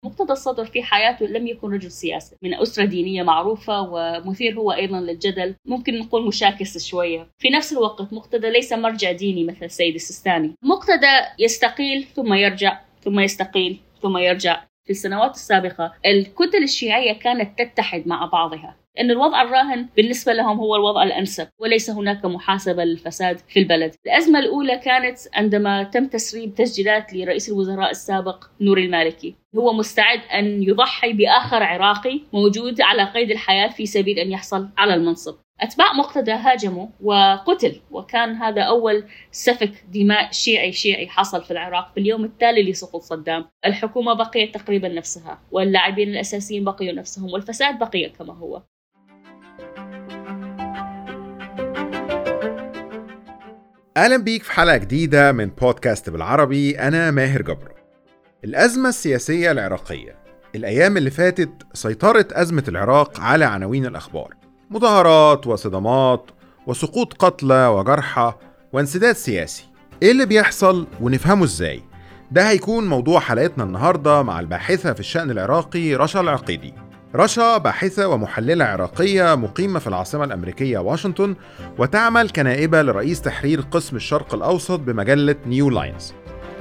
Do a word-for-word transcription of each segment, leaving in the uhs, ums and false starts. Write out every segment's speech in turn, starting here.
مقتدى الصدر في حياته لم يكن رجل سياسي من أسرة دينية معروفة، ومثير هو أيضا للجدل، ممكن نقول مشاكس شوية. في نفس الوقت مقتدى ليس مرجع ديني مثل السيد السيستاني. مقتدى يستقيل ثم يرجع ثم يستقيل ثم يرجع. في السنوات السابقة الكتل الشيعية كانت تتحد مع بعضها، أن الوضع الراهن بالنسبة لهم هو الوضع الأنسب، وليس هناك محاسبة للفساد في البلد. الأزمة الأولى كانت عندما تم تسريب تسجيلات لرئيس الوزراء السابق نوري المالكي. هو مستعد أن يضحي بآخر عراقي موجود على قيد الحياة في سبيل أن يحصل على المنصب. أتباع مقتدى هاجموا وقتل، وكان هذا أول سفك دماء شيعي شيعي حصل في العراق في اليوم التالي لسقوط صدام. الحكومة بقيت تقريبا نفسها، واللاعبين الأساسيين بقيوا نفسهم، والفساد بقي كما هو. أهلا بيك في حلقة جديدة من بودكاست بالعربي. أنا ماهر جبر. الأزمة السياسية العراقية الأيام اللي فاتت سيطرت أزمة العراق على عناوين الأخبار، مظاهرات وصدمات وسقوط قتلى وجرحى وانسداد سياسي. إيه اللي بيحصل ونفهمه إزاي؟ ده هيكون موضوع حلقتنا النهاردة مع الباحثة في الشأن العراقي رشا العقيدي. رشا باحثة ومحللة عراقية مقيمة في العاصمة الأمريكية واشنطن، وتعمل كنائبة لرئيس تحرير قسم الشرق الأوسط بمجلة نيو لاينز.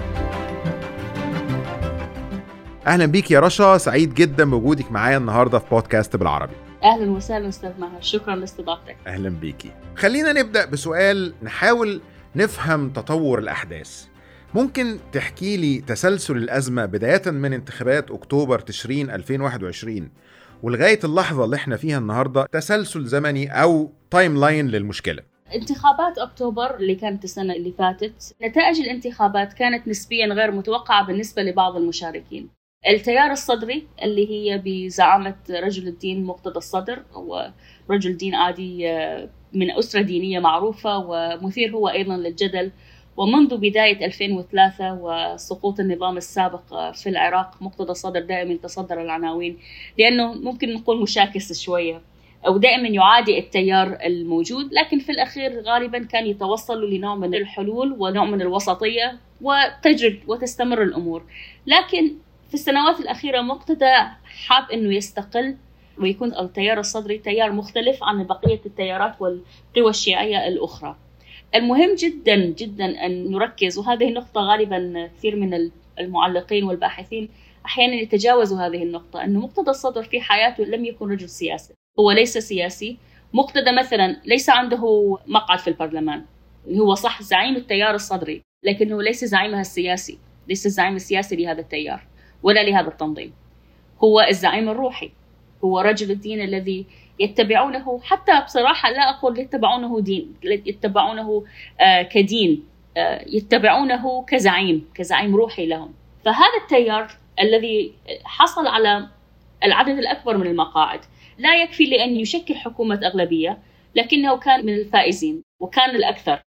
أهلا بيك يا رشا، سعيد جدا بوجودك معايا النهاردة في بودكاست بالعربي. أهلا وسهلا أستاذ ماهر، شكرا لاستضافتك. أهلا بيكي. خلينا نبدأ بسؤال نحاول نفهم تطور الأحداث. ممكن تحكي لي تسلسل الأزمة بداية من انتخابات أكتوبر تشرين ألفين وواحد وعشرين ولغاية اللحظة اللي احنا فيها النهاردة، تسلسل زمني أو تايم لاين للمشكلة؟ انتخابات أكتوبر اللي كانت السنة اللي فاتت، نتائج الانتخابات كانت نسبيا غير متوقعة بالنسبة لبعض المشاركين. التيار الصدري اللي هي بزعامة رجل الدين مقتدى الصدر، هو رجل دين عادي من أسرة دينية معروفة، ومثير هو أيضا للجدل. ومنذ بداية ألفين وثلاثة وسقوط النظام السابق في العراق، مقتدى الصدر دائما تصدر العناوين، لأنه ممكن نقول مشاكس شوية، أو دائما يعادي التيار الموجود، لكن في الأخير غالبا كان يتوصل لنوع من الحلول ونوع من الوسطية، وتجري وتستمر الأمور. لكن في السنوات الأخيرة مقتدى حاب أنه يستقل ويكون التيار الصدري تيار مختلف عن بقية التيارات والقوى الشيعية الأخرى. المهم جدا جدا أن نركز، وهذه النقطة غالبا كثير من المعلقين والباحثين أحيانا يتجاوزوا هذه النقطة، أن مقتدى الصدر في حياته لم يكن رجل سياسي. هو ليس سياسي. مقتدى مثلا ليس عنده مقعد في البرلمان، هو صح زعيم التيار الصدري، لكنه ليس زعيمها السياسي، ليس الزعيم السياسي لهذا التيار ولا لهذا التنظيم. هو الزعيم الروحي، هو رجل الدين الذي يتبعونه، حتى بصراحة لا أقول يتبعونه دين، يتبعونه آه كدين، آه يتبعونه كزعيم، كزعيم روحي لهم. فهذا التيار الذي حصل على العدد الأكبر من المقاعد لا يكفي لأن يشكل حكومة أغلبية، لكنه كان من الفائزين وكان الأكثر.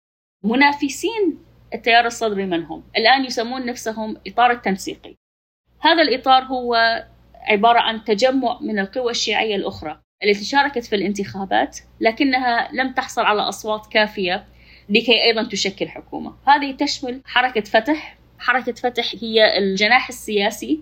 منافسين التيار الصدري من هم؟ الآن يسمون نفسهم إطار التنسيقي. هذا الإطار هو عبارة عن تجمع من القوى الشيعية الأخرى التي شاركت في الانتخابات، لكنها لم تحصل على أصوات كافية لكي أيضا تشكل حكومة. هذه تشمل حركة فتح. حركة فتح هي الجناح السياسي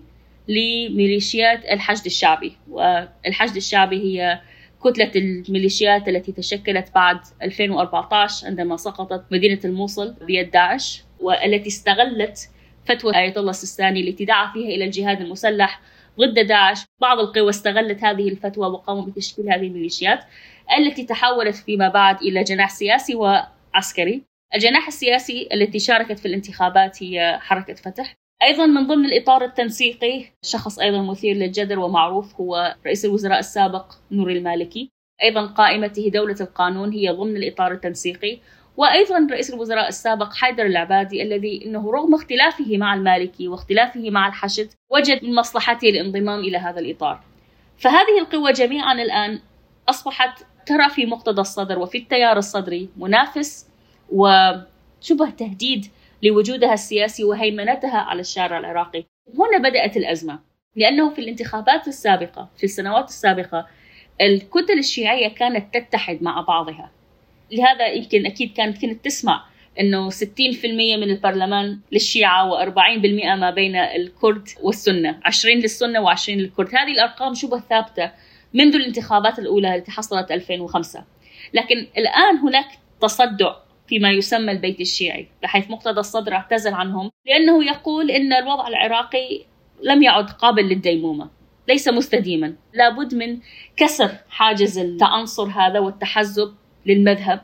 لميليشيات الحشد الشعبي، والحشد الشعبي هي كتلة الميليشيات التي تشكلت بعد ألفين وأربعة عشر عندما سقطت مدينة الموصل بيد داعش، والتي استغلت فتوى آية الله السيستاني التي دعا فيها إلى الجهاد المسلح ضد داعش. بعض القوى استغلت هذه الفتوى وقاموا بتشكيل هذه الميليشيات التي تحولت فيما بعد إلى جناح سياسي وعسكري. الجناح السياسي التي شاركت في الانتخابات هي حركة فتح. أيضا من ضمن الإطار التنسيقي شخص أيضا مثير للجدل ومعروف، هو رئيس الوزراء السابق نوري المالكي. أيضا قائمته دولة القانون هي ضمن الإطار التنسيقي. وأيضا رئيس الوزراء السابق حيدر العبادي، الذي إنه رغم اختلافه مع المالكي واختلافه مع الحشد وجد من مصلحته الانضمام إلى هذا الإطار. فهذه القوى جميعا الآن أصبحت ترى في مقتدى الصدر وفي التيار الصدري منافس وشبه تهديد لوجودها السياسي وهيمنتها على الشارع العراقي. هنا بدأت الأزمة، لأنه في الانتخابات السابقة في السنوات السابقة الكتل الشيعية كانت تتحد مع بعضها. لهذا يمكن أكيد كانت كنت تسمع أنه ستين بالمئة من البرلمان للشيعة وأربعين بالمئة ما بين الكرد والسنة، عشرين للسنة وعشرين للكرد. هذه الأرقام شبه ثابتة منذ الانتخابات الأولى التي حصلت ألفين وخمسة. لكن الآن هناك تصدع فيما يسمى البيت الشيعي، بحيث مقتدى الصدر اعتزل عنهم لأنه يقول إن الوضع العراقي لم يعد قابل للديمومة، ليس مستديما، لابد من كسر حاجز التعنصر هذا والتحزب للمذهب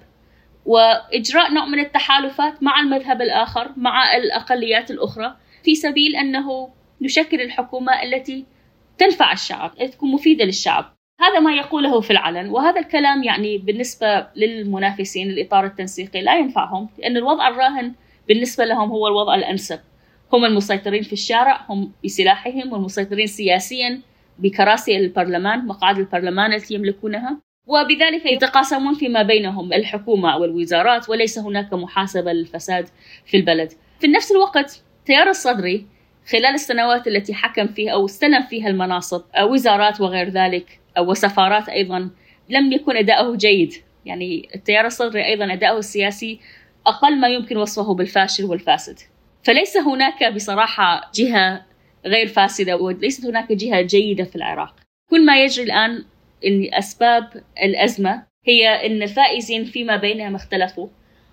وإجراء نوع من التحالفات مع المذهب الآخر، مع الأقليات الأخرى، في سبيل أنه نشكل الحكومة التي تنفع الشعب، تكون مفيدة للشعب. هذا ما يقوله في العلن، وهذا الكلام يعني بالنسبة للمنافسين الإطار التنسيقي لا ينفعهم، لأن الوضع الراهن بالنسبة لهم هو الوضع الأنسب. هم المسيطرين في الشارع، هم بسلاحهم، والمسيطرين سياسيا بكراسي البرلمان، مقاعد البرلمان التي يملكونها، وبذلك يتقاسمون فيما بينهم الحكومة والوزارات، وليس هناك محاسبة للفساد في البلد. في نفس الوقت التيار الصدري خلال السنوات التي حكم فيها أو استلم فيها المناصب، وزارات وغير ذلك وسفارات أيضا، لم يكن أداؤه جيد. يعني التيار الصدري أيضا أداؤه السياسي أقل ما يمكن وصفه بالفاشل والفاسد. فليس هناك بصراحة جهة غير فاسدة، وليست هناك جهة جيدة في العراق. كل ما يجري الآن إن أسباب الأزمة هي أن الفائزين فيما بينهم اختلفوا،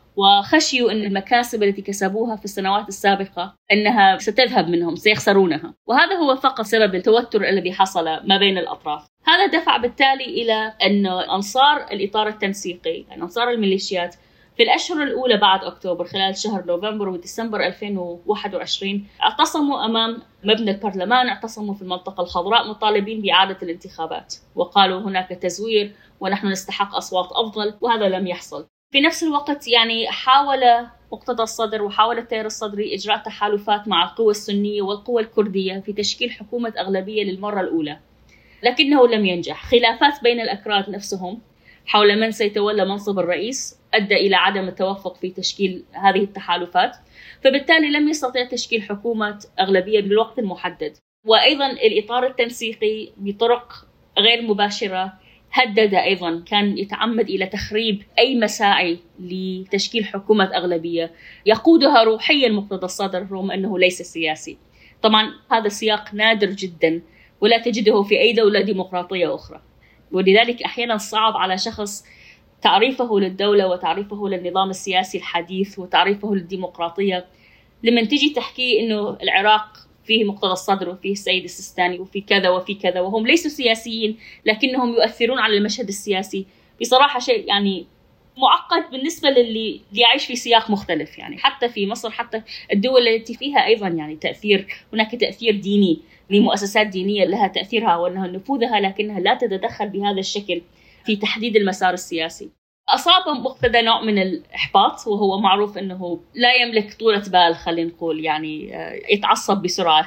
وخشيوا أن المكاسب التي كسبوها في السنوات السابقة أنها ستذهب منهم، سيخسرونها، وهذا هو فقط سبب التوتر الذي حصل ما بين الأطراف. هذا دفع بالتالي إلى أن أنصار الإطار التنسيقي، يعني أنصار الميليشيات، في الأشهر الأولى بعد أكتوبر خلال شهر نوفمبر وديسمبر ألفين وواحد وعشرين اعتصموا أمام مبنى البرلمان، اعتصموا في المنطقة الخضراء مطالبين بإعادة الانتخابات، وقالوا هناك تزوير ونحن نستحق أصوات أفضل، وهذا لم يحصل. في نفس الوقت يعني حاول مقتدى الصدر وحاول التيار الصدري إجراء تحالفات مع القوى السنية والقوى الكردية في تشكيل حكومة أغلبية للمرة الأولى، لكنه لم ينجح. خلافات بين الأكراد نفسهم حول من سيتولى منصب الرئيس أدى إلى عدم التوافق في تشكيل هذه التحالفات، فبالتالي لم يستطيع تشكيل حكومة أغلبية بالوقت المحدد. وأيضا الإطار التنسيقي بطرق غير مباشرة هدد أيضا، كان يتعمد إلى تخريب أي مساعي لتشكيل حكومة أغلبية يقودها روحيا مقتدى الصدر رغم أنه ليس سياسي. طبعا هذا سياق نادر جدا ولا تجده في أي دولة ديمقراطية أخرى، ولذلك أحيانا صعب على شخص تعريفه للدولة وتعريفه للنظام السياسي الحديث وتعريفه للديمقراطية لمن تجي تحكي إنه العراق فيه مقتدى الصدر وفيه السيد السيستاني وفي كذا وفي كذا، وهم ليسوا سياسيين لكنهم يؤثرون على المشهد السياسي. بصراحة شيء يعني معقد بالنسبة للي يعيش في سياق مختلف. يعني حتى في مصر، حتى الدول التي فيها أيضا يعني تأثير، هناك تأثير ديني لمؤسسات دينية لها تأثيرها وأنها نفوذها، لكنها لا تتدخل بهذا الشكل في تحديد المسار السياسي. أصاب مقتدى نوع من الإحباط، وهو معروف أنه لا يملك طولة بال، خلينا نقول يعني يتعصب بسرعة،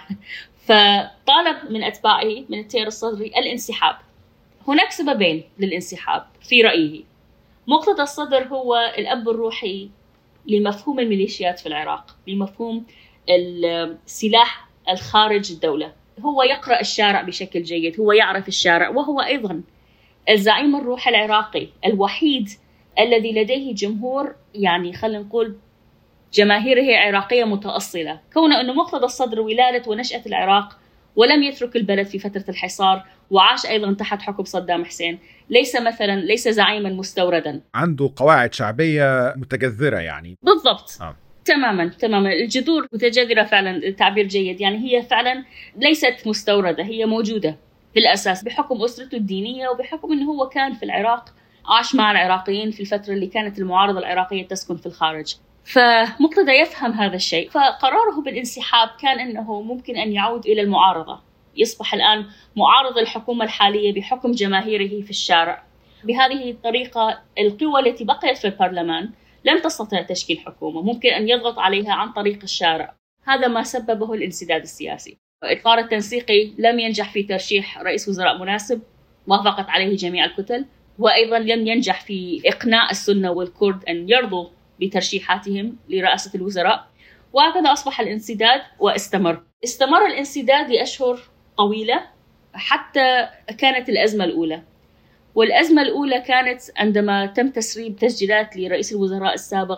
فطالب من أتباعه من التيار الصدري الانسحاب. هناك سببين للانسحاب في رأيه. مقتدى الصدر هو الأب الروحي لمفهوم الميليشيات في العراق، لمفهوم السلاح الخارج الدولة. هو يقرأ الشارع بشكل جيد، هو يعرف الشارع، وهو أيضا الزعيم الروحي العراقي الوحيد الذي لديه جمهور، يعني خلينا نقول جماهيره عراقية متأصلة، كونه أنه مقتدى الصدر ولادة ونشأة العراق ولم يترك البلد في فترة الحصار، وعاش أيضا تحت حكم صدام حسين. ليس مثلا ليس زعيما مستوردا، عنده قواعد شعبية متجذرة يعني. بالضبط. آه. تماما تماما الجذور متجذرة فعلا، تعبير جيد. يعني هي فعلا ليست مستوردة، هي موجودة بالأساس بحكم أسرته الدينية وبحكم أنه هو كان في العراق، عاش مع العراقيين في الفترة اللي كانت المعارضة العراقية تسكن في الخارج. فمقتدى يفهم هذا الشيء، فقراره بالانسحاب كان أنه ممكن أن يعود إلى المعارضة، يصبح الآن معارض الحكومة الحالية بحكم جماهيره في الشارع. بهذه الطريقة القوى التي بقيت في البرلمان لم تستطيع تشكيل حكومة، ممكن أن يضغط عليها عن طريق الشارع. هذا ما سببه الانسداد السياسي. الإطار التنسيقي لم ينجح في ترشيح رئيس وزراء مناسب وافقت عليه جميع الكتل، وأيضا لم ينجح في إقناع السنة والكرد أن يرضوا بترشيحاتهم لرئاسة الوزراء، وهكذا أصبح الانسداد واستمر. استمر الانسداد لأشهر طويلة حتى كانت الأزمة الأولى. والأزمة الأولى كانت عندما تم تسريب تسجيلات لرئيس الوزراء السابق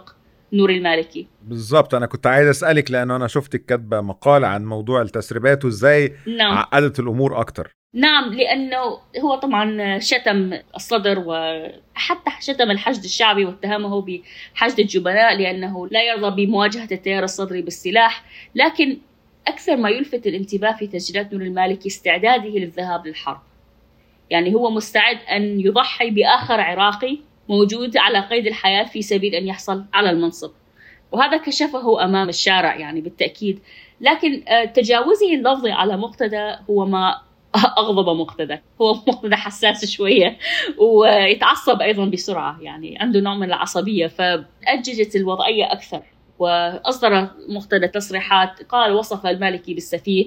نور المالكي. بالضبط، أنا كنت عايز أسألك لأنه أنا شفتك كاتبة مقال عن موضوع التسريبات وإزاي نعم. عقدت الأمور أكتر. نعم، لأنه هو طبعا شتم الصدر وحتى شتم الحشد الشعبي واتهمه بحشد الجبناء لأنه لا يرضى بمواجهة التيار الصدري بالسلاح. لكن أكثر ما يلفت الانتباه في تسجيلات نور المالكي استعداده للذهاب للحرب. يعني هو مستعد أن يضحي بآخر عراقي موجود على قيد الحياة في سبيل أن يحصل على المنصب، وهذا كشفه أمام الشارع يعني بالتأكيد. لكن تجاوزه اللفظي على مقتدى هو ما أغضب مقتدى. هو مقتدى حساس شوية ويتعصب أيضا بسرعة، يعني عنده نوع من العصبية، فأججت الوضعية أكثر. وأصدر مقتدى تصريحات قال وصف المالكي بالسفيه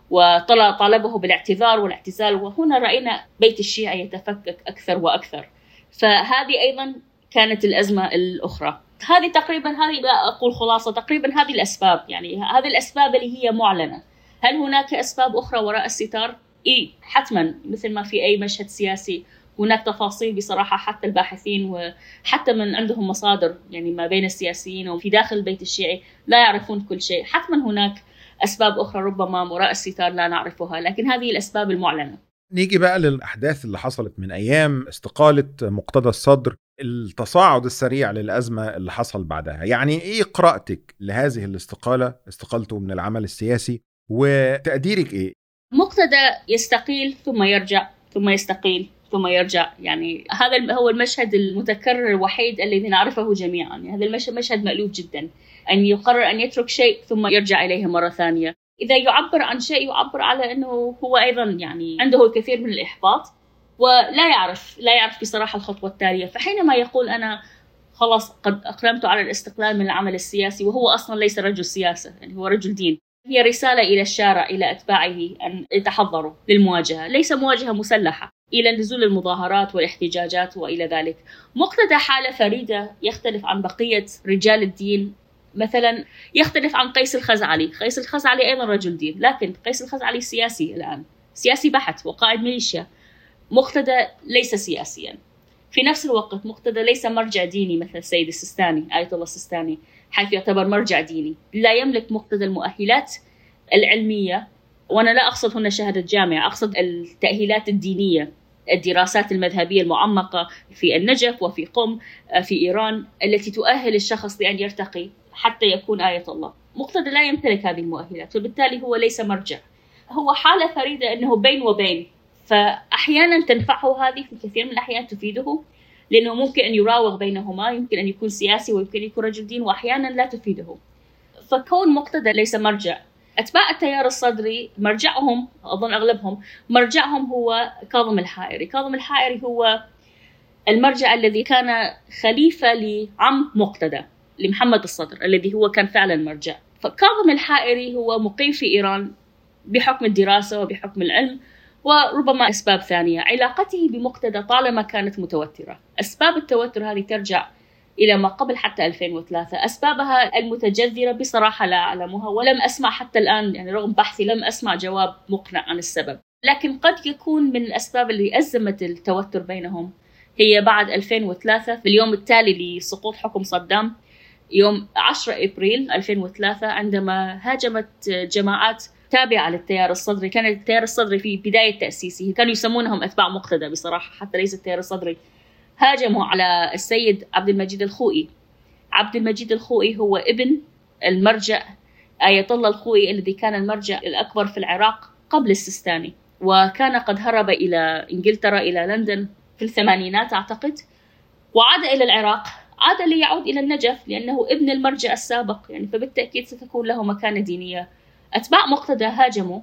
وطالبه بالاعتذار والاعتزال، وهنا رأينا بيت الشيعة يتفكك أكثر وأكثر. فهذه أيضا كانت الأزمة الأخرى. هذه تقريبا، هذه لا أقول خلاصة، تقريبا هذه الأسباب، يعني هذه الأسباب اللي هي معلنة. هل هناك أسباب أخرى وراء الستار؟ إيه حتما، مثل ما في أي مشهد سياسي هناك تفاصيل بصراحة. حتى الباحثين وحتى من عندهم مصادر يعني ما بين السياسيين وفي داخل البيت الشيعي لا يعرفون كل شيء. حتما هناك أسباب أخرى ربما وراء الستار لا نعرفها، لكن هذه الأسباب المعلنة. نيجي بقى للأحداث اللي حصلت من أيام استقالة مقتدى الصدر، التصاعد السريع للأزمة اللي حصل بعدها. يعني إيه قراءتك لهذه الاستقالة، استقالته من العمل السياسي، وتقديرك إيه؟ مقتدى يستقيل ثم يرجع ثم يستقيل ثم يرجع، يعني هذا هو المشهد المتكرر الوحيد الذي نعرفه جميعا. يعني هذا المشهد مشهد مألوف جدا، أن يقرر أن يترك شيء ثم يرجع إليه مرة ثانية. إذا يعبر عن شيء يعبر على أنه هو أيضا يعني عنده الكثير من الإحباط ولا يعرف لا يعرف بصراحة الخطوة التالية. فحينما يقول أنا خلاص قد أقدمت على الاستقلال من العمل السياسي، وهو أصلا ليس رجل سياسة، يعني هو رجل دين، هي رسالة إلى الشارع، إلى أتباعه أن يتحضروا للمواجهة، ليس مواجهة مسلحة، إلى نزول المظاهرات والاحتجاجات وإلى ذلك. مقتدى حالة فريدة يختلف عن بقية رجال الدين. مثلا يختلف عن قيس الخزعلي. قيس الخزعلي أيضا رجل دين، لكن قيس الخزعلي سياسي الآن، سياسي بحت وقائد ميليشيا. مقتدى ليس سياسيا. في نفس الوقت مقتدى ليس مرجع ديني مثل السيد السيستاني، آية الله السيستاني، حيث يعتبر مرجع ديني. لا يملك مقتدى المؤهلات العلمية، وأنا لا أقصد هنا شهادة جامعة، أقصد التأهيلات الدينية، الدراسات المذهبية المعمقة في النجف وفي قم في إيران التي تؤهل الشخص لأن يرتقي حتى يكون آية الله. مقتدى لا يمتلك هذه المؤهلات، وبالتالي هو ليس مرجع. هو حالة فريدة أنه بين وبين، فأحيانا تنفعه هذه، في كثير من الأحيان تفيده، لأنه ممكن أن يراوغ بينهما، يمكن أن يكون سياسي ويمكن أن يكون رجل دين، وأحيانا لا تفيده. فكون مقتدى ليس مرجع، أتباع التيار الصدري مرجعهم، أظن أغلبهم مرجعهم هو كاظم الحائري. كاظم الحائري هو المرجع الذي كان خليفة لعم مقتدى، لمحمد الصدر، الذي هو كان فعلا مرجع. فكاظم الحائري هو مقيم في إيران بحكم الدراسة وبحكم العلم، وربما أسباب ثانية. علاقته بمقتدى طالما كانت متوترة. أسباب التوتر هذه ترجع إلى ما قبل حتى ألفين وثلاثة. أسبابها المتجذرة بصراحة لا أعلمها، ولم أسمع حتى الآن، يعني رغم بحثي لم أسمع جواب مقنع عن السبب. لكن قد يكون من الأسباب اللي أزمت التوتر بينهم هي بعد ألفين وثلاثة، في اليوم التالي لسقوط حكم صدام، يوم عشرة أبريل ألفين وثلاثة، عندما هاجمت جماعات تابعة للتيار الصدري. كان التيار الصدري في بداية تأسيسه، كانوا يسمونهم أتباع مقتدى بصراحة، حتى ليس التيار الصدري. هاجموا على السيد عبد المجيد الخوئي. عبد المجيد الخوئي هو ابن المرجع آية الله الخوئي، الذي كان المرجع الأكبر في العراق قبل السيستاني، وكان قد هرب إلى إنجلترا، إلى لندن في الثمانينات أعتقد، وعاد إلى العراق. عاد ليعود إلى النجف لأنه ابن المرجع السابق، يعني فبالتأكيد ستكون له مكانة دينية. أتباع مقتدى هاجموا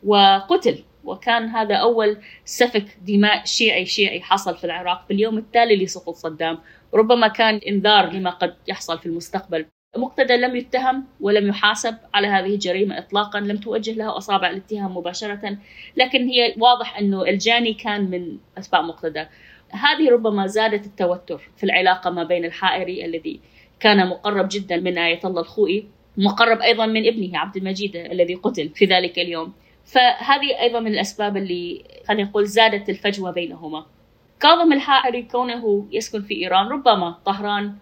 وقتل، وكان هذا أول سفك دماء شيعي شيعي حصل في العراق في اليوم التالي لسقوط صدام، وربما كان إنذار لما قد يحصل في المستقبل. مقتدى لم يتهم ولم يحاسب على هذه الجريمة إطلاقا، لم توجه له أصابع الاتهام مباشرة، لكن هي واضح أنه الجاني كان من أتباع مقتدى. هذه ربما زادت التوتر في العلاقة ما بين الحائري الذي كان مقرب جدا من آية الله الخوئي، مقرب أيضا من ابنه عبد المجيد الذي قتل في ذلك اليوم. فهذه أيضا من الأسباب اللي خلينا نقول زادت الفجوة بينهما. كاظم الحائري كونه يسكن في إيران، ربما طهران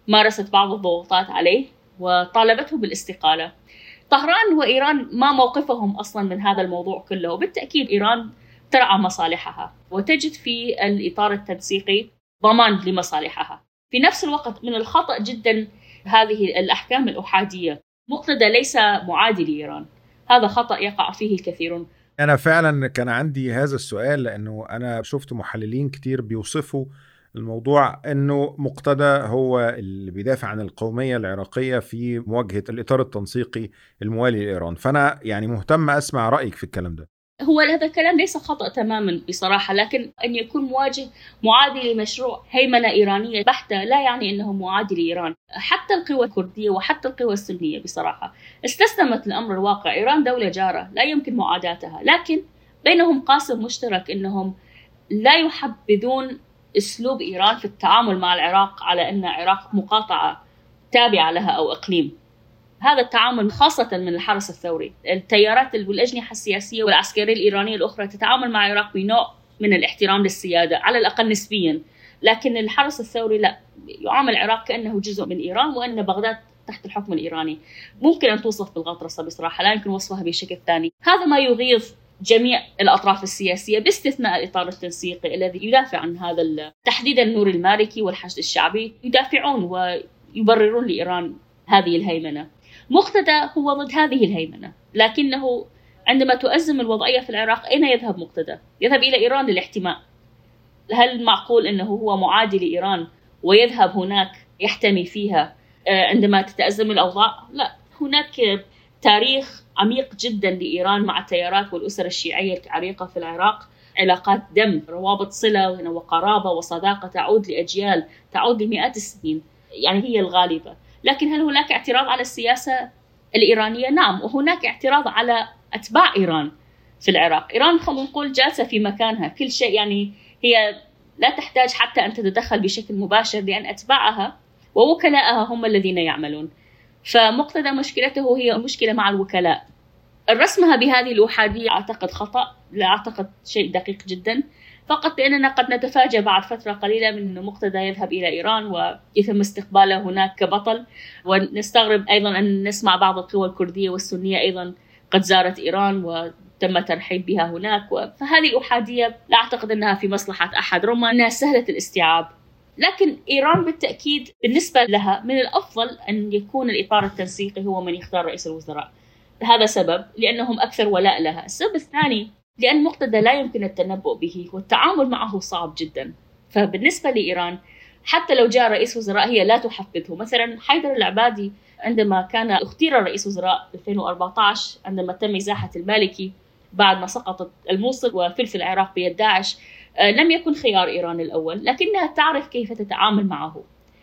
مارست بعض الضغوطات عليه وطالبته بالاستقالة. طهران وإيران ما موقفهم أصلا من هذا الموضوع كله، وبالتأكيد إيران ترعى مصالحها وتجد في الإطار التنسيقي ضمان لمصالحها. في نفس الوقت من الخطأ جدا هذه الأحكام الأحادية. مقتدى ليس معادي لإيران، هذا خطأ يقع فيه الكثيرون. أنا فعلا كان عندي هذا السؤال، لأنه أنا شفت محللين كتير بيوصفوا الموضوع أنه مقتدى هو اللي بيدافع عن القومية العراقية في مواجهة الإطار التنسيقي الموالي لإيران. فأنا يعني مهتم أسمع رأيك في الكلام ده. هو هذا الكلام ليس خطأ تماما بصراحة، لكن أن يكون مواجه معادي لمشروع هيمنة إيرانية بحتة لا يعني أنه معادي لإيران. حتى القوى الكردية وحتى القوى السنية بصراحة استسلمت الأمر الواقع. إيران دولة جارة لا يمكن معاداتها، لكن بينهم قاسم مشترك أنهم لا يحبذون أسلوب إيران في التعامل مع العراق على أن العراق مقاطعة تابعة لها أو إقليم. هذا التعامل خاصة من الحرس الثوري، التيارات والأجنحة السياسية والعسكرية الإيرانية الأخرى تتعامل مع العراق بنوع من الاحترام للسيادة على الأقل نسبيا، لكن الحرس الثوري لا، يعامل العراق كأنه جزء من إيران وأن بغداد تحت الحكم الإيراني. ممكن أن توصف بالغطرسة بصراحة، لا يمكن وصفها بشكل ثاني. هذا ما يغيظ جميع الأطراف السياسية باستثناء الإطار التنسيقي الذي يدافع عن هذا، تحديدا نور المالكي والحشد الشعبي يدافعون ويبررون لإيران هذه الهيمنة. مقتدى هو ضد هذه الهيمنة، لكنه عندما تؤزم الوضعية في العراق أين يذهب مقتدى؟ يذهب إلى إيران للاحتماء. هل معقول أنه هو معادي لإيران ويذهب هناك يحتمي فيها عندما تتأزم الأوضاع؟ لا، هناك تاريخ عميق جدا لإيران مع التيارات والأسر الشيعية العريقة في العراق، علاقات دم، روابط صلة وقرابة وصداقة تعود لأجيال، تعود لمئات السنين، يعني هي الغالبة. لكن هل هناك اعتراض على السياسة الإيرانية؟ نعم، وهناك اعتراض على أتباع إيران في العراق. إيران خلينا نقول جالسة في مكانها، كل شيء يعني هي لا تحتاج حتى أن تتدخل بشكل مباشر، لأن أتباعها ووكلاءها هم الذين يعملون. فمقتدى مشكلته هي مشكلة مع الوكلاء. رسمها بهذه الأحادية أعتقد خطأ، لا أعتقد شيء دقيق جدا، فقط لأننا قد نتفاجأ بعد فترة قليلة من أن مقتدى يذهب إلى إيران ويتم استقباله هناك كبطل. ونستغرب أيضا أن نسمع بعض القوى الكردية والسنية أيضا قد زارت إيران وتم ترحيب بها هناك. فهذه الأحادية لا أعتقد أنها في مصلحة أحد، رغم أنها سهلة الاستيعاب. لكن إيران بالتأكيد بالنسبة لها من الأفضل أن يكون الإطار التنسيقي هو من يختار رئيس الوزراء. هذا سبب لأنهم أكثر ولاء لها. السبب الثاني لأن مقتدى لا يمكن التنبؤ به والتعامل معه صعب جدا. فبالنسبة لإيران حتى لو جاء رئيس وزراء هي لا تحفظه. مثلا حيدر العبادي عندما كان اختير رئيس وزراء ألفين وأربعة عشر عندما تم إزاحة المالكي بعد ما سقطت الموصل وفلس العراق بيد داعش، لم يكن خيار إيران الأول، لكنها تعرف كيف تتعامل معه.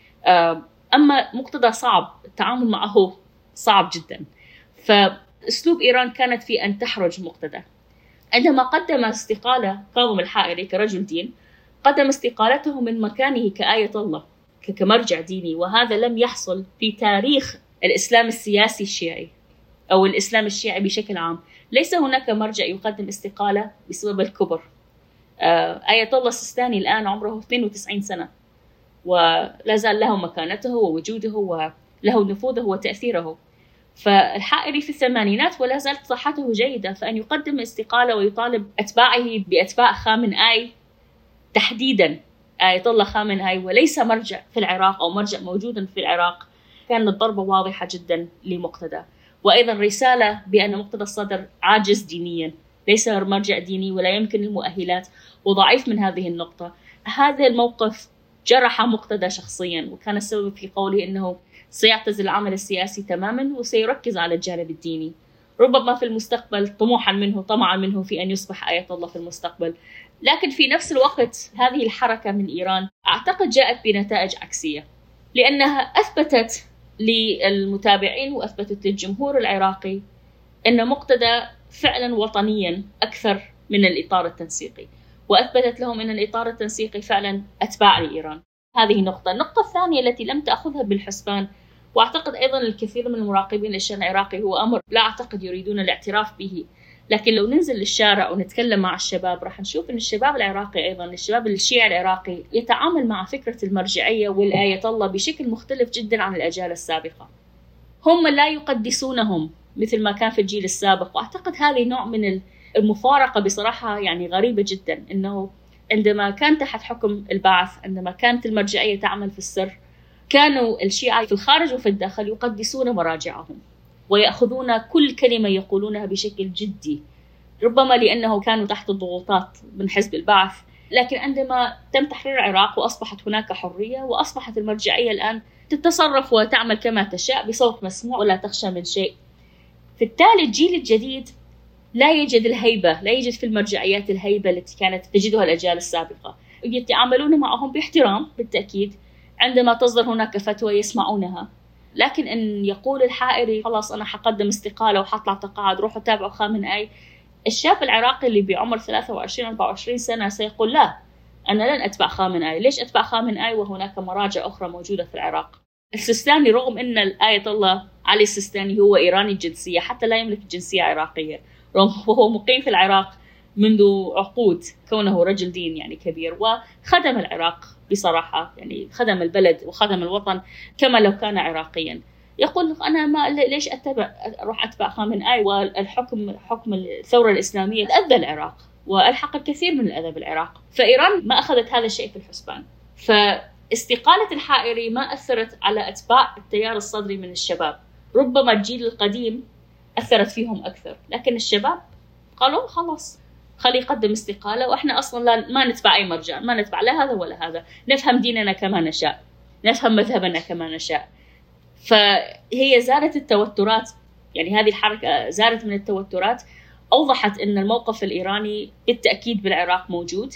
أما مقتدى صعب، التعامل معه صعب جدا. فأسلوب إيران كانت في أن تحرج مقتدى. عندما قدم استقالة كاظم الحائري كرجل دين، قدم استقالته من مكانه كآية الله كمرجع ديني، وهذا لم يحصل في تاريخ الإسلام السياسي الشيعي أو الإسلام الشيعي بشكل عام. ليس هناك مرجع يقدم استقالة بسبب الكبر. آية الله السيستاني الآن عمره اثنين وتسعين سنة ولا زال له مكانته ووجوده وله نفوذه وتأثيره. فالحائري في الثمانينات ولا زالت صحته جيدة، فأن يقدم استقالة ويطالب أتباعه بأتباع خامن آي تحديدا آية الله خامن آي وليس مرجع في العراق أو مرجع موجودا في العراق، كانت ضربة واضحة جدا لمقتدى. وأيضا رسالة بأن مقتدى الصدر عاجز دينيا، ليس مرجع ديني ولا يمكن المؤهلات وضعيف من هذه النقطة. هذا الموقف جرح مقتدى شخصيا، وكان السبب في قوله أنه سيعتزل العمل السياسي تماما وسيركز على الجانب الديني، ربما في المستقبل طموحا منه طمعا منه في أن يصبح آية الله في المستقبل. لكن في نفس الوقت هذه الحركة من إيران أعتقد جاءت بنتائج عكسية، لأنها أثبتت للمتابعين وأثبتت للجمهور العراقي أن مقتدى فعلا وطنيا أكثر من الإطار التنسيقي، وأثبتت لهم أن الإطار التنسيقي فعلا أتباع لإيران. هذه نقطة. النقطة الثانية التي لم تأخذها بالحسبان، وأعتقد أيضا الكثير من المراقبين للشأن العراقي، هو أمر لا أعتقد يريدون الاعتراف به، لكن لو ننزل للشارع ونتكلم مع الشباب راح نشوف أن الشباب العراقي أيضا، الشباب الشيعي العراقي يتعامل مع فكرة المرجعية والآية الله بشكل مختلف جدا عن الأجيال السابقة. هم لا يقدسونهم مثل ما كان في الجيل السابق، وأعتقد هذه نوع من المفارقة بصراحة يعني غريبة جدا، أنه عندما كان تحت حكم البعث، عندما كانت المرجعية تعمل في السر، كانوا الشيعة في الخارج وفي الداخل يقدسون مراجعهم ويأخذون كل كلمة يقولونها بشكل جدي، ربما لأنه كانوا تحت الضغوطات من حزب البعث. لكن عندما تم تحرير العراق وأصبحت هناك حرية وأصبحت المرجعية الآن تتصرف وتعمل كما تشاء بصوت مسموع ولا تخشى من شيء. في التالي الجيل الجديد لا يجد الهيبة، لا يجد في المرجعيات الهيبة التي كانت تجدها الأجيال السابقة. يتعاملون معهم باحترام بالتأكيد، عندما تصدر هناك فتوى يسمعونها، لكن أن يقول الحائري خلاص أنا حقدم استقالة وحطلع تقاعد، روحوا تابعوا خامنئي، الشاب العراقي اللي بعمر ثلاثة وعشرين أربعة وعشرين سنة سيقول لا، أنا لن أتبع خامنئي. ليش أتبع خامنئي وهناك مراجع أخرى موجودة في العراق؟ السيستاني رغم أن الآية الله علي السيستاني هو إيراني الجنسية، حتى لا يملك جنسية عراقية، رغم وهو مقيم في العراق منذ عقود كونه رجل دين يعني كبير، وخدم العراق بصراحة، يعني خدم البلد وخدم الوطن كما لو كان عراقيا. يقول أنا ما ليش أتبع أروح أتبع خامنئي، والحكم حكم الثورة الإسلامية أذى العراق وألحق الكثير من الأذى بالعراق. فإيران ما أخذت هذا الشيء في الحسبان. فاستقالة الحائري ما أثرت على أتباع التيار الصدري من الشباب، ربما الجيل القديم أثرت فيهم أكثر، لكن الشباب قالوا خلاص خلي يقدم استقالة، وإحنا أصلا لا ما نتبع أي مرجع، ما نتبع لا هذا ولا هذا، نفهم ديننا كما نشاء، نفهم مذهبنا كما نشاء. فهي زادت التوترات، يعني هذه الحركة زادت من التوترات، أوضحت أن الموقف الإيراني بالتأكيد بالعراق موجود،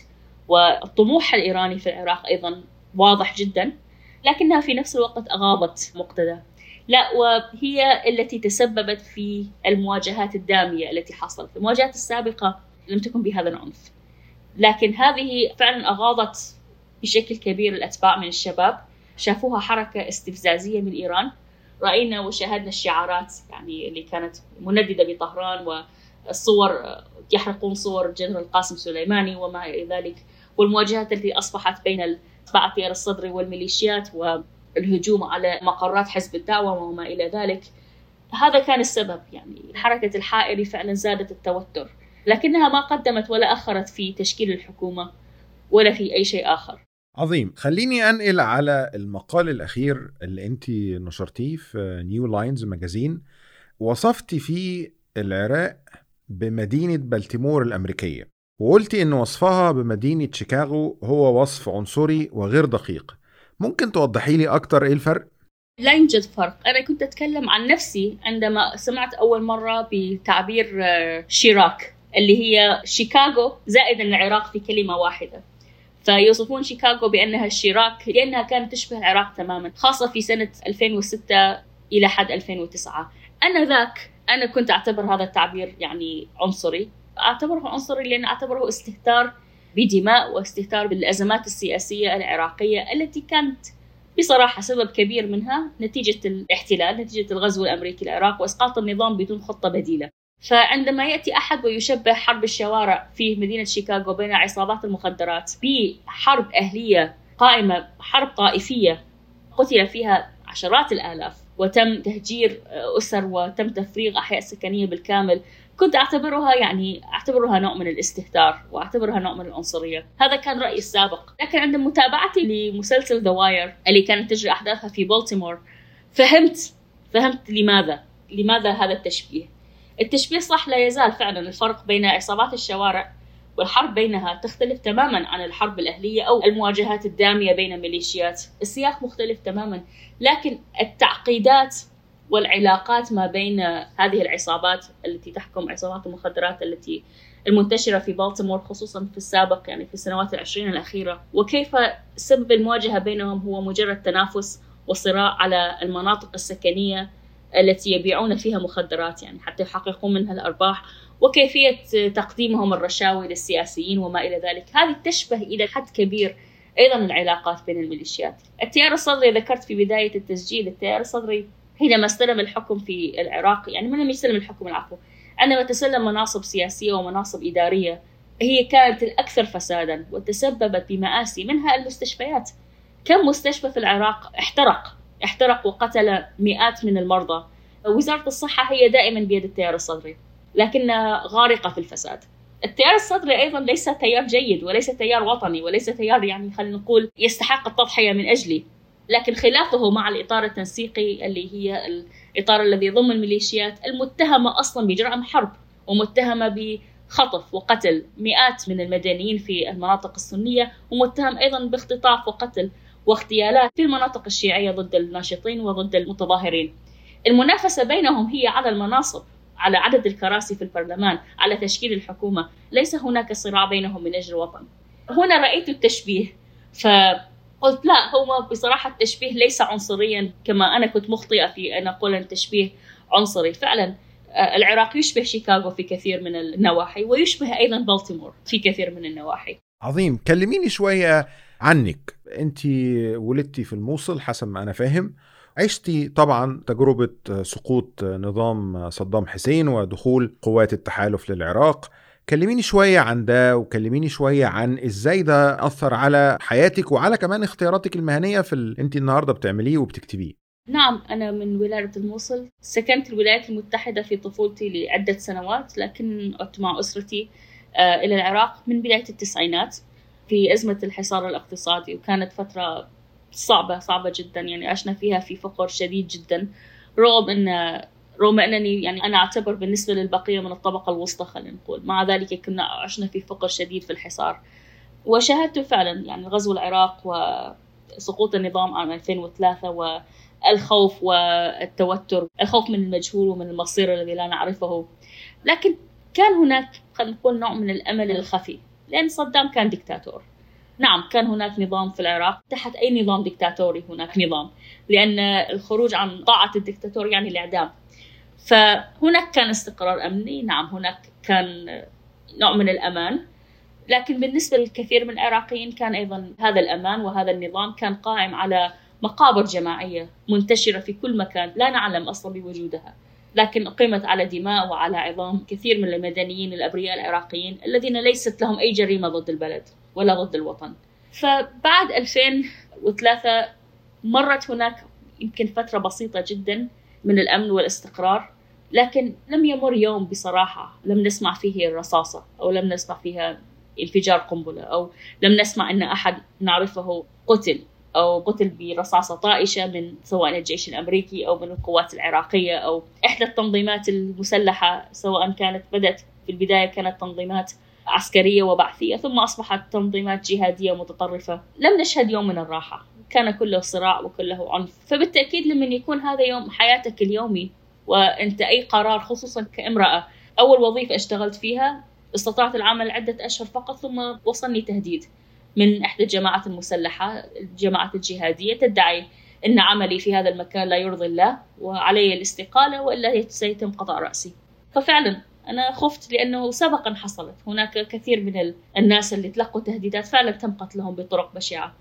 والطموح الإيراني في العراق أيضا واضح جدا، لكنها في نفس الوقت أغاضت مقتدى. لا، وهي التي تسببت في المواجهات الدامية التي حصلت. المواجهات السابقة لم تكن بهذا العنف، لكن هذه فعلا أغاضت بشكل كبير الأتباع من الشباب، شافوها حركة استفزازية من إيران. رأينا وشاهدنا الشعارات يعني اللي كانت منددة بطهران، والصور يحرقون صور جنرال قاسم سليماني وما إلى ذلك، والمواجهات التي أصبحت بين أتباع التيار الصدري والميليشيات والهجوم على مقرات حزب الدعوة وما إلى ذلك. هذا كان السبب، يعني حركة الحائري فعلا زادت التوتر، لكنها ما قدمت ولا أخرت في تشكيل الحكومة ولا في أي شيء آخر. عظيم. خليني أنقل على المقال الأخير اللي أنت نشرتيه في نيو لاينز ماجازين، وصفتي فيه العراق بمدينة بلتيمور الأمريكية، وقلتي إن وصفها بمدينة شيكاغو هو وصف عنصري وغير دقيق. ممكن توضحي لي أكتر إيه الفرق؟ لا يوجد فرق. أنا كنت أتكلم عن نفسي عندما سمعت أول مرة بتعبير شيراك اللي هي شيكاغو زائد العراق في كلمة واحدة، فيوصفون شيكاغو بأنها الشيراك لأنها كانت تشبه العراق تماما، خاصة في سنة ألفين وستة إلى حد ألفين وتسعة. أنا ذاك أنا كنت أعتبر هذا التعبير يعني عنصري، أعتبره عنصري لأن أعتبره استهتار بدماء واستهتار بالأزمات السياسية العراقية التي كانت بصراحة سبب كبير منها نتيجة الاحتلال، نتيجة الغزو الأمريكي للعراق وإسقاط النظام بدون خطة بديلة. فعندما يأتي أحد ويشبه حرب الشوارع في مدينة شيكاغو بين عصابات المخدرات بحرب أهلية قائمة، حرب طائفية قتل فيها عشرات الآلاف وتم تهجير أسر وتم تفريغ أحياء سكنية بالكامل، كنت أعتبرها يعني أعتبرها نوع من الاستهتار وأعتبرها نوع من العنصرية. هذا كان رأيي السابق، لكن عند متابعتي لمسلسل The Wire اللي كانت تجري أحداثها في بولتيمور فهمت فهمت لماذا لماذا هذا التشبيه. التشبيه صح، لا يزال فعلا الفرق بين عصابات الشوارع والحرب بينها تختلف تماما عن الحرب الأهلية أو المواجهات الدامية بين ميليشيات، السياق مختلف تماما، لكن التعقيدات والعلاقات ما بين هذه العصابات التي تحكم عصابات المخدرات التي المنتشرة في بالتيمور خصوصا في السابق يعني في السنوات العشرين الأخيرة، وكيف سبب المواجهة بينهم هو مجرد تنافس وصراع على المناطق السكنية التي يبيعون فيها مخدرات يعني حتى يحققون منها الأرباح، وكيفية تقديمهم الرشاوي للسياسيين وما إلى ذلك. هذه تشبه إلى حد كبير أيضا العلاقات بين الميليشيات. التيار الصدري ذكرت في بداية التسجيل، التيار الصدري حينما استلم الحكم في العراق، يعني من لم يستلم الحكم العفو، عندما تسلم مناصب سياسية ومناصب إدارية هي كانت الأكثر فسادا وتسببت بمآسي، منها المستشفيات. كم مستشفى في العراق احترق احترق وقتل مئات من المرضى. وزارة الصحة هي دائما بيد التيار الصدري، لكنها غارقة في الفساد. التيار الصدري أيضا ليس تيار جيد وليس تيار وطني وليس تيار يعني خلينا نقول يستحق التضحية من أجله، لكن خلافه مع الإطار التنسيقي اللي هي الإطار الذي يضم الميليشيات المتهمة أصلا بجرائم حرب ومتهمة بخطف وقتل مئات من المدنيين في المناطق السنية، ومتهم أيضا باختطاف وقتل واغتيالات في المناطق الشيعية ضد الناشطين وضد المتظاهرين. المنافسة بينهم هي على المناصب، على عدد الكراسي في البرلمان، على تشكيل الحكومة، ليس هناك صراع بينهم من أجل الوطن. هنا رأيت التشبيه فقلت لا، هو بصراحة التشبيه ليس عنصريا كما أنا كنت مخطئة في أن أقول أن تشبيه عنصري. فعلا العراق يشبه شيكاغو في كثير من النواحي ويشبه أيضا بالتيمور في كثير من النواحي. عظيم. كلميني شوية عنك. أنت ولدتي في الموصل حسب ما أنا فاهم، عشتي طبعا تجربة سقوط نظام صدام حسين ودخول قوات التحالف للعراق. كلميني شوية عن ده، وكلميني شوية عن إزاي ده أثر على حياتك وعلى كمان اختياراتك المهنية في ال... أنت النهاردة بتعمليه وبتكتبيه. نعم، أنا من ولاية الموصل. سكنت الولايات المتحدة في طفولتي لعدة سنوات، لكن عدت مع أسرتي إلى العراق من بداية التسعينات في أزمة الحصار الاقتصادي، وكانت فترة صعبة صعبة جدا، يعني عشنا فيها في فقر شديد جدا، رغم أن رغم أنني يعني أنا أعتبر بالنسبة للبقية من الطبقة الوسطى خلينا نقول، مع ذلك كنا عشنا في فقر شديد في الحصار. وشاهدت فعلا يعني غزو العراق وسقوط النظام عام ألفين وثلاثة والخوف والتوتر، الخوف من المجهول ومن المصير الذي لا نعرفه. لكن كان هناك خلينا نقول نوع من الأمل الخفي، لأن صدام كان ديكتاتور. نعم، كان هناك نظام في العراق، تحت أي نظام ديكتاتوري هناك نظام، لأن الخروج عن طاعة الديكتاتور يعني الإعدام. فهناك كان استقرار أمني، نعم هناك كان نوع من الأمان، لكن بالنسبة للكثير من العراقيين كان أيضا هذا الأمان وهذا النظام كان قائم على مقابر جماعية منتشرة في كل مكان لا نعلم أصلا بوجودها، لكن أقيمت على دماء وعلى عظام كثير من المدنيين الأبرياء العراقيين الذين ليست لهم أي جريمة ضد البلد ولا ضد الوطن. فبعد ألفين وثلاثة مرت هناك يمكن فترة بسيطة جدا من الأمن والاستقرار، لكن لم يمر يوم بصراحة لم نسمع فيه الرصاصة أو لم نسمع فيها انفجار قنبلة أو لم نسمع أن أحد نعرفه قتل أو قتل برصاصة طائشة من سواء الجيش الأمريكي أو من القوات العراقية أو إحدى التنظيمات المسلحة، سواء كانت بدأت في البداية كانت تنظيمات عسكرية وبعثية ثم أصبحت تنظيمات جهادية متطرفة. لم نشهد يوم من الراحة، كان كله صراع وكله عنف. فبالتأكيد لمن يكون هذا يوم حياتك اليومي وأنت أي قرار، خصوصا كامرأة أول وظيفة اشتغلت فيها استطعت العمل عدة أشهر فقط ثم وصلني تهديد من إحدى الجماعات المسلحة الجماعات الجهادية تدعي أن عملي في هذا المكان لا يرضي الله وعلي الاستقالة وإلا سيتم قطع رأسي. ففعلا أنا خفت لأنه سبقا حصلت هناك كثير من الناس اللي تلقوا تهديدات فعلا تم قتلهم بطرق بشعة.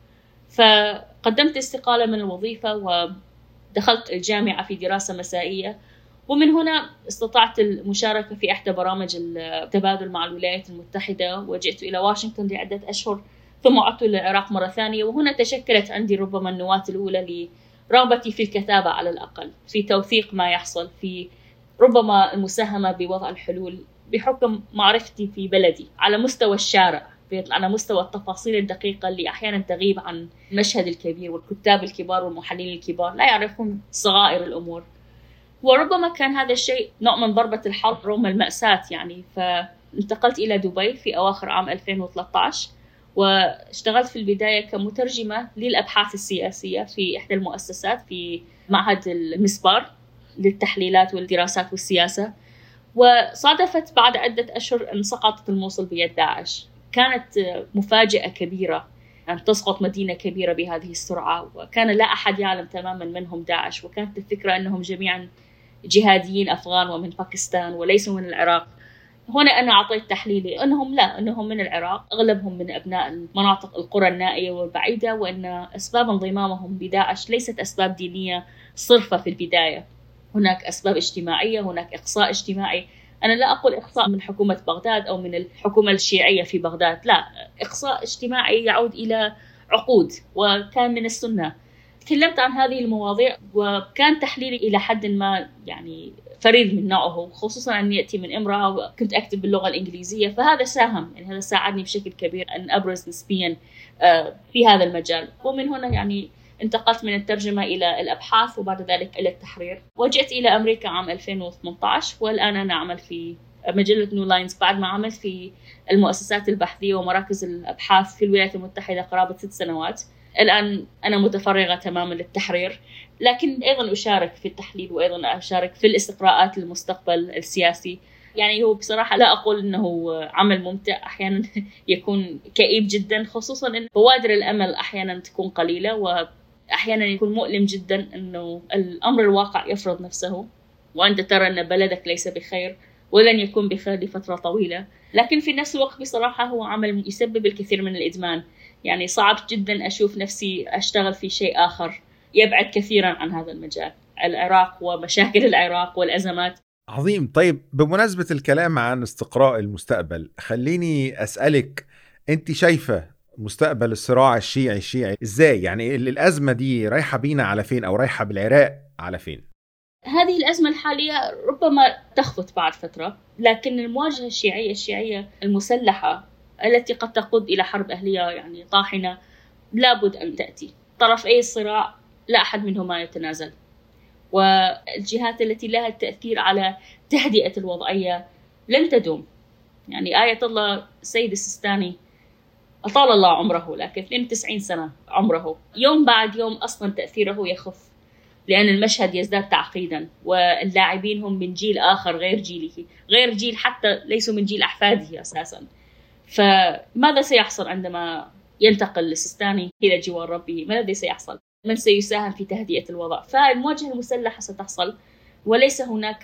فقدمت استقالة من الوظيفة ودخلت الجامعة في دراسة مسائية، ومن هنا استطعت المشاركة في إحدى برامج التبادل مع الولايات المتحدة، وجئت إلى واشنطن لعدة أشهر ثم عدت إلى العراق مرة ثانية. وهنا تشكلت عندي ربما النواة الأولى لرغبتي في الكتابة على الأقل، في توثيق ما يحصل، في ربما المساهمة بوضع الحلول بحكم معرفتي في بلدي على مستوى الشارع، على مستوى التفاصيل الدقيقة اللي أحيانا تغيب عن المشهد الكبير، والكتاب الكبار والمحللين الكبار لا يعرفون صغائر الأمور. وربما كان هذا الشيء نوع من ضربة الحرب رغم المأساة يعني. فانتقلت إلى دبي في أواخر عام ألفين وثلاثة عشر واشتغلت في البداية كمترجمة للأبحاث السياسية في إحدى المؤسسات في معهد المسبار للتحليلات والدراسات والسياسة. وصادفت بعد عدة أشهر أن سقطت الموصل بيد داعش. كانت مفاجأة كبيرة أن تسقط مدينة كبيرة بهذه السرعة، وكان لا أحد يعلم تماما من هم داعش، وكانت الفكرة أنهم جميعا جهاديين أفغان ومن باكستان وليسوا من العراق. هنا أنا أعطيت تحليلي أنهم لا، أنهم من العراق، أغلبهم من أبناء المناطق القرى النائية والبعيدة، وأن أسباب انضمامهم بداعش ليست أسباب دينية صرفة في البداية، هناك أسباب اجتماعية، هناك إقصاء اجتماعي. أنا لا أقول إقصاء من حكومة بغداد أو من الحكومة الشيعية في بغداد، لا، إقصاء اجتماعي يعود إلى عقود وكان من السنة. تكلمت عن هذه المواضيع وكان تحليلي إلى حد ما يعني فريد من نوعه، خصوصا أن يأتي من امرأة وكنت أكتب باللغة الإنجليزية، فهذا ساهم، يعني هذا ساعدني بشكل كبير أن أبرز نسبيا في هذا المجال. ومن هنا يعني انتقلت من الترجمة إلى الأبحاث وبعد ذلك إلى التحرير، وجئت إلى أمريكا عام ألفين وثمانية عشر، والآن أنا أعمل في مجلة نيو لاينز بعد ما عملت في المؤسسات البحثية ومراكز الأبحاث في الولايات المتحدة قرابة ست سنوات. الآن أنا متفرغة تماما للتحرير، لكن أيضا أشارك في التحليل وأيضا أشارك في الاستقراءات للمستقبل السياسي. يعني هو بصراحة لا أقول أنه عمل ممتع، أحيانا يكون كئيب جدا، خصوصا أن بوادر الأمل أحيانا تكون قليلة، وأحيانا يكون مؤلم جدا أنه الأمر الواقع يفرض نفسه وأنت ترى أن بلدك ليس بخير ولن يكون بخير لفترة طويلة. لكن في نفس الوقت بصراحة هو عمل يسبب الكثير من الإدمان، يعني صعب جدا أشوف نفسي أشتغل في شيء آخر يبعد كثيرا عن هذا المجال، العراق ومشاكل العراق والأزمات. عظيم. طيب بمناسبة الكلام عن استقراء المستقبل، خليني أسألك، أنت شايفة مستقبل الصراع الشيعي الشيعي إزاي؟ يعني الأزمة دي رايحة بينا على فين، أو رايحة بالعراق على فين؟ هذه الأزمة الحالية ربما تخفت بعد فترة، لكن المواجهة الشيعية الشيعية المسلحة التي قد تقود إلى حرب أهلية يعني طاحنة لابد أن تأتي. طرفي الصراع لا أحد منهما يتنازل، والجهات التي لها التأثير على تهدئة الوضعية لن تدوم. يعني آية الله السيد السيستاني أطال الله عمره، لكن اثنين وتسعين سنة عمره، يوم بعد يوم أصلا تأثيره يخف، لأن المشهد يزداد تعقيدا، واللاعبين هم من جيل آخر غير جيله، غير جيل حتى ليسوا من جيل أحفاده أساسا. فماذا سيحصل عندما ينتقل السيستاني إلى جوار ربه؟ ما الذي سيحصل؟ من سيساهم في تهدئة الوضع؟ فالمواجهة المسلحة ستحصل، وليس هناك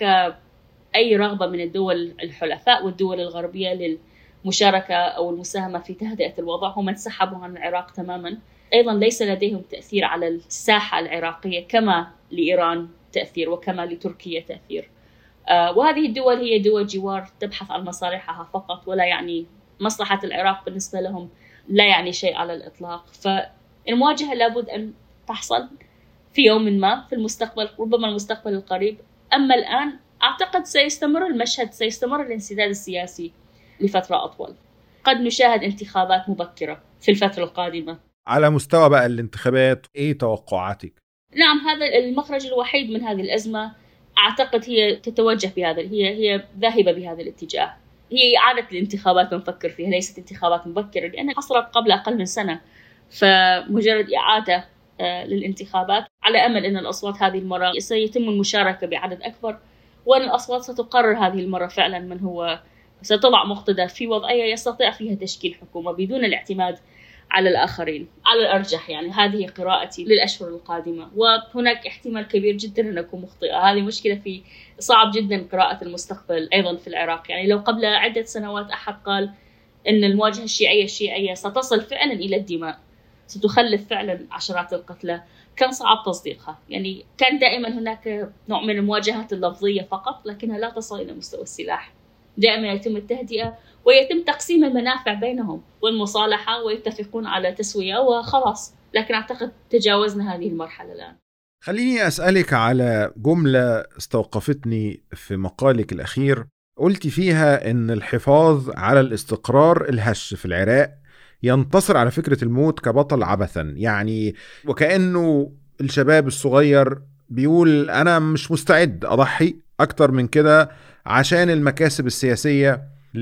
أي رغبة من الدول الحلفاء والدول الغربية للمشاركة أو المساهمة في تهدئة الوضع. هم انسحبوا عن العراق تماما، أيضا ليس لديهم تأثير على الساحة العراقية كما لإيران تأثير وكما لتركيا تأثير. آه وهذه الدول هي دول جوار تبحث عن مصالحها فقط، ولا يعني مصلحة العراق بالنسبة لهم لا يعني شيء على الإطلاق. فالمواجهة لابد أن تحصل في يوم ما في المستقبل، ربما المستقبل القريب. أما الآن أعتقد سيستمر المشهد، سيستمر الانسداد السياسي لفترة أطول. قد نشاهد انتخابات مبكرة في الفترة القادمة. على مستوى بقى الانتخابات، إيه توقعاتك؟ نعم، هذا المخرج الوحيد من هذه الأزمة. أعتقد هي تتوجه بهذا، هي هي ذاهبة بهذا الاتجاه. هي إعادة الانتخابات نفكر فيها، ليست انتخابات مبكرة لأنها حصلت قبل أقل من سنة، فمجرد إعادة للانتخابات على أمل أن الأصوات هذه المرة سيتم المشاركة بعدد أكبر، وأن الأصوات ستقرر هذه المرة فعلا من هو ستضع مقتدر في وضعية يستطيع فيها تشكيل حكومة بدون الاعتماد على الآخرين على الأرجح. يعني هذه قراءتي للأشهر القادمة، وهناك احتمال كبير جدا أن أكون مخطئة. هذه مشكلة، في صعب جدا قراءة المستقبل أيضا في العراق. يعني لو قبل عدة سنوات أحد قال أن المواجهة الشيعية الشيعية ستصل فعلا إلى الدماء، ستخلف فعلا عشرات القتلى، كان صعب تصديقها. يعني كان دائما هناك نوع من المواجهات اللفظية فقط، لكنها لا تصل إلى مستوى السلاح. دائما يتم التهدئة ويتم تقسيم المنافع بينهم والمصالحة، ويتفقون على تسوية وخلاص. لكن أعتقد تجاوزنا هذه المرحلة الآن. خليني أسألك على جملة استوقفتني في مقالك الأخير، قلت فيها إن الحفاظ على الاستقرار الهش في العراق ينتصر على فكرة الموت كبطل عبثا. يعني وكأنه الشباب الصغير بيقول أنا مش مستعد أضحي أكتر من كده عشان المكاسب السياسية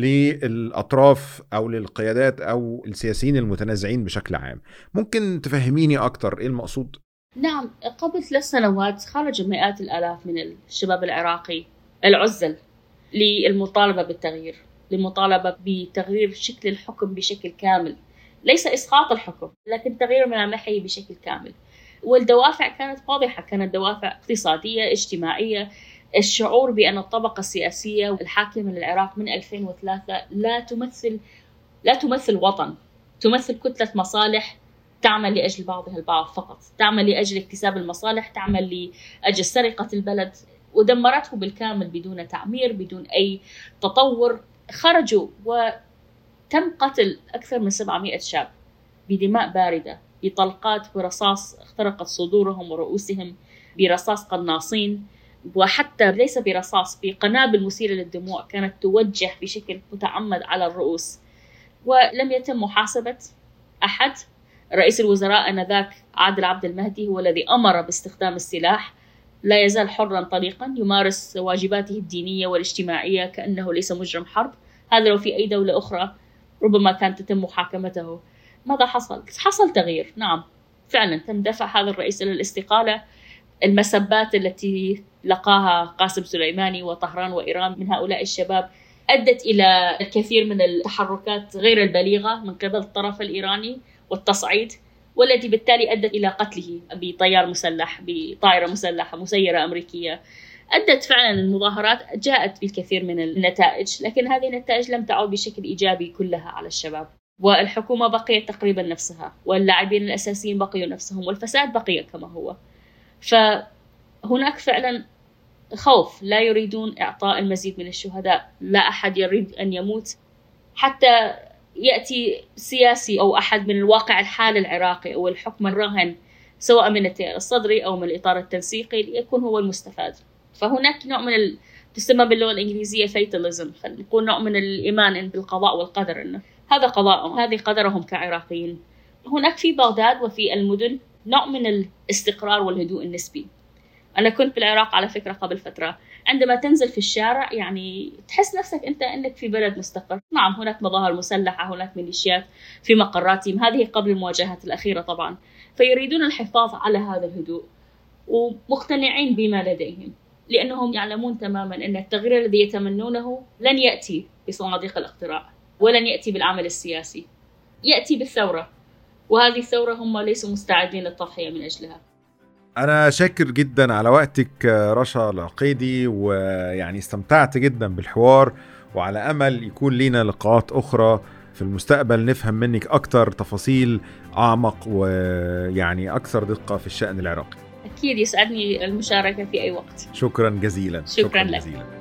للأطراف أو للقيادات أو السياسيين المتنازعين بشكل عام. ممكن تفهميني أكتر إيه المقصود؟ نعم، قبل ثلاث سنوات خرج مئات الآلاف من الشباب العراقي العزل للمطالبة بالتغيير، للمطالبة بتغيير شكل الحكم بشكل كامل، ليس إسقاط الحكم لكن تغيير ملامحه بشكل كامل. والدوافع كانت واضحة، كانت دوافع اقتصادية اجتماعية، الشعور بأن الطبقة السياسية الحاكمة للعراق من ألفين وثلاثة لا تمثل لا تمثل وطن، تمثل كتلة مصالح تعمل لأجل بعضها البعض فقط، تعمل لأجل اكتساب المصالح، تعمل لأجل سرقة البلد. ودمرته بالكامل بدون تعمير، بدون أي تطور. خرجوا وتم قتل أكثر من سبعمائة شاب بدماء باردة، بطلقات برصاص اخترقت صدورهم ورؤوسهم، برصاص قناصين، وحتى ليس برصاص، بقنابل مثيرة للدموع كانت توجه بشكل متعمد على الرؤوس. ولم يتم محاسبة أحد. رئيس الوزراء آنذاك عادل عبد المهدي هو الذي أمر باستخدام السلاح، لا يزال حرا طليقا يمارس واجباته الدينية والاجتماعية كأنه ليس مجرم حرب. هذا لو في أي دولة أخرى ربما كانت تتم محاكمته. ماذا حصل؟ حصل تغيير، نعم فعلا تم دفع هذا الرئيس إلى الاستقالة. المسبات التي لقاها قاسم سليماني وطهران وإيران من هؤلاء الشباب أدت إلى الكثير من التحركات غير البليغة من قبل الطرف الإيراني والتصعيد، والتي بالتالي أدت إلى قتله بطيار مسلح، بطائرة مسلحة مسيرة أمريكية. أدت فعلا المظاهرات جاءت بالكثير من النتائج، لكن هذه النتائج لم تعد بشكل إيجابي كلها على الشباب. والحكومة بقيت تقريبا نفسها، واللاعبين الأساسيين بقيوا نفسهم، والفساد بقي كما هو. فهناك فعلا خوف، لا يريدون إعطاء المزيد من الشهداء، لا أحد يريد أن يموت حتى يأتي سياسي أو أحد من الواقع الحالي العراقي أو الحكم الراهن سواء من التيار الصدري أو من الإطار التنسيقي ليكون هو المستفاد. فهناك نوع من ال... تسمى باللغة الإنجليزية فيتاليزم، خلينا نقول نوع من الإيمان بالقضاء والقدر، إنه هذا قضاءهم، هذه قدرهم كعراقيين. هناك في بغداد وفي المدن نوع من الاستقرار والهدوء النسبي. أنا كنت بالعراق على فكرة قبل فترة، عندما تنزل في الشارع يعني تحس نفسك أنت أنك في بلد مستقر. نعم هناك مظاهر مسلحة، هناك ميليشيات في مقراتهم، هذه قبل المواجهات الأخيرة طبعا. فيريدون الحفاظ على هذا الهدوء ومقتنعين بما لديهم، لأنهم يعلمون تماما أن التغيير الذي يتمنونه لن يأتي بصناديق الاقتراع ولن يأتي بالعمل السياسي، يأتي بالثورة، وهذه الثورة هم ليسوا مستعدين للتضحية من أجلها. أنا شاكر جدا على وقتك رشا العقيدي، ويعني استمتعت جدا بالحوار، وعلى أمل يكون لنا لقاءات أخرى في المستقبل نفهم منك أكتر تفاصيل أعمق ويعني أكثر دقة في الشأن العراقي. أكيد يسعدني المشاركة في أي وقت. شكرا جزيلا. شكرا, شكرا لك. جزيلا.